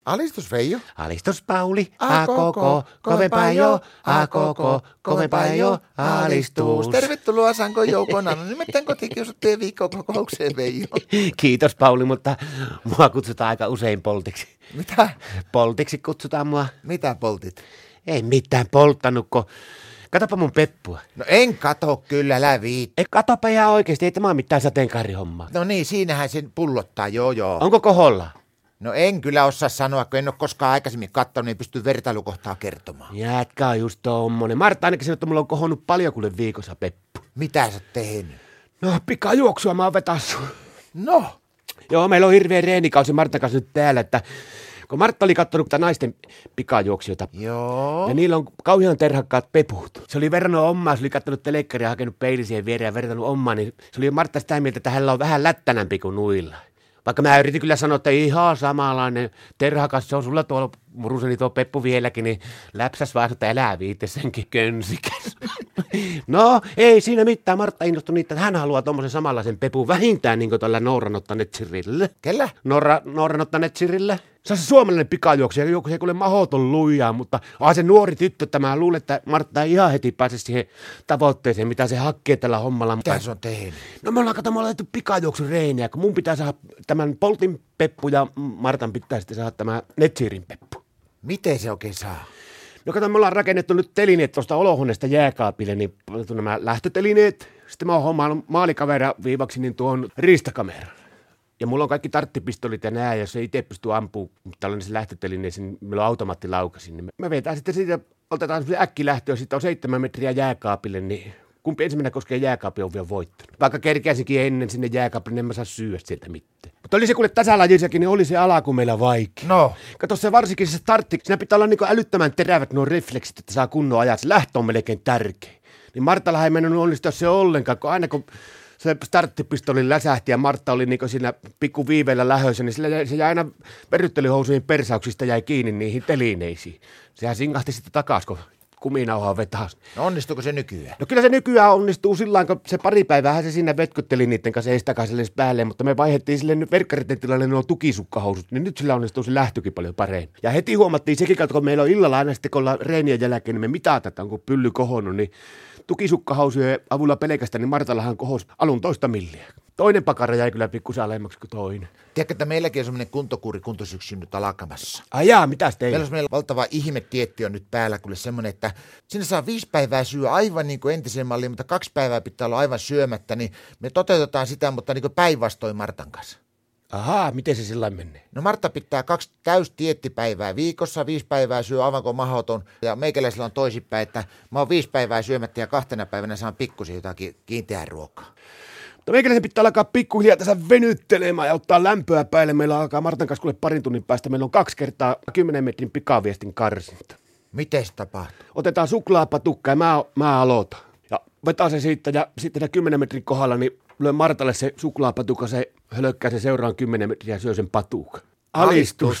Alistus Veijo. Alistus Pauli, a koko, kovempaa jo, a koko, kovempaa jo, alistus. Tervetuloa Sanko Joukona, nimittäin kotikiusattujen viikkokokoukseen Veijo. Kiitos Pauli, mutta mua kutsutaan aika usein poltiksi. Mitä? Poltiksi kutsutaan mua. Mitä poltit? Ei mitään polttanutko. Katsopa mun peppua. No en kato kyllä, älä viit. Ei katopa ihan oikeesti, ei tämä ole mitään sateenkaarihommaa. No niin, siinähän sen pullottaa, joo. Onko koholla? No en kyllä osaa sanoa, kun en ole koskaan aikaisemmin katsonut, niin pysty vertailukohtaa kertomaan. Jätkä on just tommonen. Martta ainakin sanoi, että mulla on kohonnut paljon kuule viikossa peppu. Mitä sä oot tehnyt? No pikajuoksua mä oon vetassu. No? Joo, meillä on hirveä reenikausi Martan kanssa nyt täällä, että kun Martta oli kattonut naisten pikajuoksijoita. Joo. Ja niillä on kauhean terhakkaat peput. Se oli verrannut omaa, se oli kattonut telekkaria ja hakenut peili siihen viereen ja verrannut omaa, niin se oli Martta sitä mieltä, että hänellä on vähän lättänämpi kuin nuilla. Vaikka mä yritin kyllä sanoa, että ihan samanlainen terhakas, se on sulla tuolla muruseni tuo peppu vieläkin, niin läpsäs vaan, että älä viite senkin könsikäs. No, ei siinä mitään. Martta innostui niitä, että hän haluaa tommosen samanlaisen pepun vähintään niin kuin tuolla Nooranotta-Netsirille. Kellä? Nooranotta-Netsirille. Se on se suomalainen pikajuoksija, joku se kuule mahoton lujaa, mutta se nuori tyttö, että mä luulen, että Martta ei ihan heti pääse siihen tavoitteeseen, mitä se hakee tällä hommalla. Mitä se on tehnyt? No me ollaan laitettu pikajuoksureeniä, kun mun pitää saada tämän Poltin peppu ja Martan pitää sitten saada tämä Netsirin peppu. Miten se oikein saa? No kato, me ollaan rakennettu nyt telineet tuosta olohuoneesta jääkaapille, niin nämä lähtötelineet. Sitten mä oon hommannut maalikavera viivaksi niin tuon riistakameran. Ja mulla on kaikki tarttipistolit ja nää, jos ei itse pysty ampumaan tällainen se lähtötelineeseen, niin meillä on automaattilaukasin. Niin me vetään sitten siitä, otetaan semmoinen äkkilähtö, sitten on 7 metriä jääkaapille, niin kumpi ensimmäinen koskee jääkaapia on vielä voittanut. Vaikka kerkäisinkin ennen sinne jääkaapille, niin en mä saa syödä sieltä mitään. Mutta oli se kuule tasalajissakin, niin oli se alaku meillä vaikea. No. Kato se varsinkin se startti, siinä pitää olla niinku älyttömän terävät nuo refleksit, että saa kunnon ajat. Se lähtö on melkein tärkeä. Niin Martalla ei mennyt onnistua se ollenkaan, kun aina kun se starttipistoli läsähti ja Martta oli niinku siinä pikku viiveellä lähössä, niin se jäi aina verryttelyhousujen persauksista jäi kiinni niihin telineisiin. Sehän singahti sitten takas, kun kuminauhaa vetäisi. No onnistuuko se nykyään? No kyllä se nykyään onnistuu sillä kun se pari päivää se siinä vetkutteli niiden kanssa eestakaiselleen päälle, mutta me vaihdettiin sille nyt verkkaritten tilalle nuo tukisukkahousut, niin nyt sillä onnistuu se lähtökin paljon paremmin. Ja heti huomattiin sekin, kun meillä on illalla aina sitten, kun ollaan reenien jälkeen, niin me mitataan, kun pylly kohonnut, niin tukisukkahousujen avulla pelkästään, niin Martallahan kohosi alun 2 milliä. Toinen pakara jäi kyllä pikkusen alemmaksi kuin toinen. Tiedätkö, että meilläkin on semmoinen kuntosyksy nyt alkamassa. Ai jaa, mitäs teillä? Meillä valtava ihmetietti on nyt päällä, kuule semmoinen, että sinne saa 5 päivää syödä aivan niin kuin entiseen malliin, mutta 2 päivää pitää olla aivan syömättä, niin me toteutetaan sitä, mutta niin kuin päinvastoin Martan kanssa. Ahaa, miten se sillä menee? No Martta pitää 2 täystiettipäivää viikossa, 5 päivää syö aivan kuin mahdoton, ja meikäläisellä on toisinpäin, että mä oon 5 päivää syömättä ja 2 päivänä saan pikkusen jotakin kiinteää ruokaa. Mutta meikäläisen pitää alkaa pikkuhiljaa tässä venyttelemään ja ottaa lämpöä päälle. Meillä alkaa Martan kanssa kuule parin tunnin päästä. Meillä on 2 kertaa 10 metrin pikaviestin karsinta. Miten se tapahtuu? Otetaan suklaapatukka ja mä aloitan. Ja vetää se siitä ja sitten 10 metrin kohdalla, niin lyön Martalle se suklaapatukka, se hölökkää se seuraan 10 metriä ja syö sen patukan. Alistus.